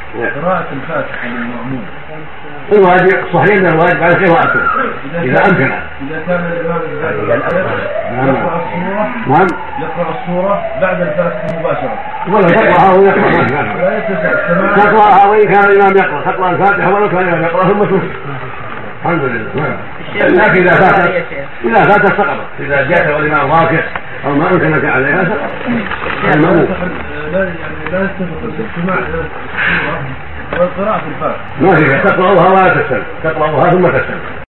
قراءة الفاتحة للمأموم الواجب صحيح ان الواجب على قراءته اذا امكن. اذا كان الامام يقرأ السورة نعم يقرأ السورة بعد الفاتحة مباشرة ولا تقرأها ويقرأ لا يتسع تقرأها وإن كان الإمام يقرأ تقرأ الفاتحة ولو كان الإمام يقرأ ثم تنصت. الحمد لله. لكن إذا فاتت سقطت، إذا جاءت والإمام راكع أو ما أمكنك عليها سقطت. لا يتفق الاستماع إلى السورة والقراءة في الفاتحة. ما فيها تقرأها ولا تستمع، تقرأها ثم تستمع.